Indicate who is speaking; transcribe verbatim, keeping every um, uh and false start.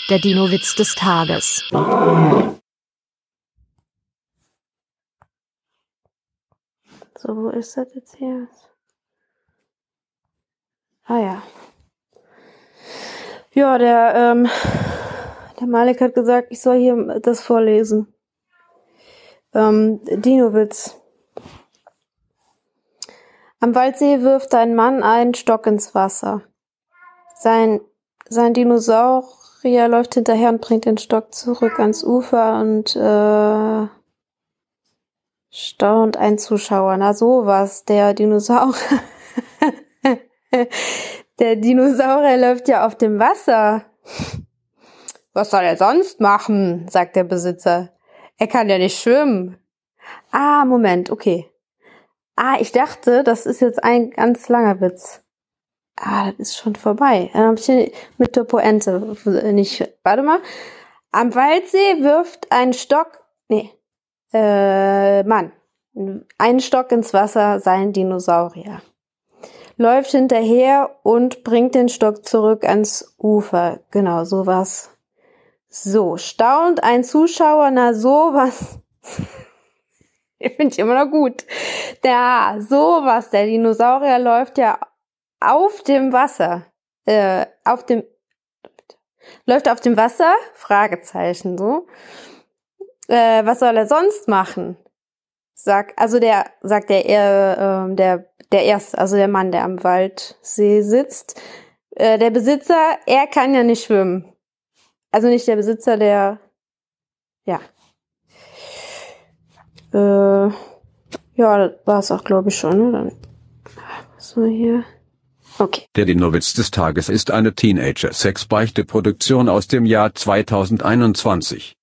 Speaker 1: Der Dino-Witz des Tages.
Speaker 2: So, wo ist das jetzt hier? Ah ja. Ja, der, ähm, der Malik hat gesagt, ich soll hier das vorlesen. Ähm, Dino-Witz. Am Waldsee wirft ein Mann einen Stock ins Wasser. Sein, sein Dinosaurier läuft hinterher und bringt den Stock zurück ans Ufer und äh, staunt ein Zuschauer. Na sowas, der Dinosaurier. Der Dinosaurier läuft ja auf dem Wasser. Was soll er sonst machen, sagt der Besitzer. Er kann ja nicht schwimmen. Ah, Moment, okay. Ah, ich dachte, das ist jetzt ein ganz langer Witz. Ah, das ist schon vorbei. Dann hab ich hier mit der Pointe nicht. Warte mal. Am Waldsee wirft ein Stock, nee, äh, Mann, einen Stock ins Wasser sein Dinosaurier. Läuft hinterher und bringt den Stock zurück ans Ufer. Genau, sowas. So, staunt ein Zuschauer, na sowas. Finde ich immer noch gut. Der, sowas, der Dinosaurier läuft ja auf dem Wasser. Äh, auf dem, läuft auf dem Wasser? Fragezeichen, so. Äh, was soll er sonst machen? Sag, also der, sagt der, äh, der, der Erste, also der Mann, der am Waldsee sitzt. Äh, der Besitzer, er kann ja nicht schwimmen. Also nicht der Besitzer, der, ja. Äh, ja, das war's auch, glaube ich, schon, ne? Dann, so hier. Okay.
Speaker 3: Der Dino-Witz des Tages ist eine Teenager-Sex-Beichte-Produktion aus dem Jahr zweitausendeinundzwanzig.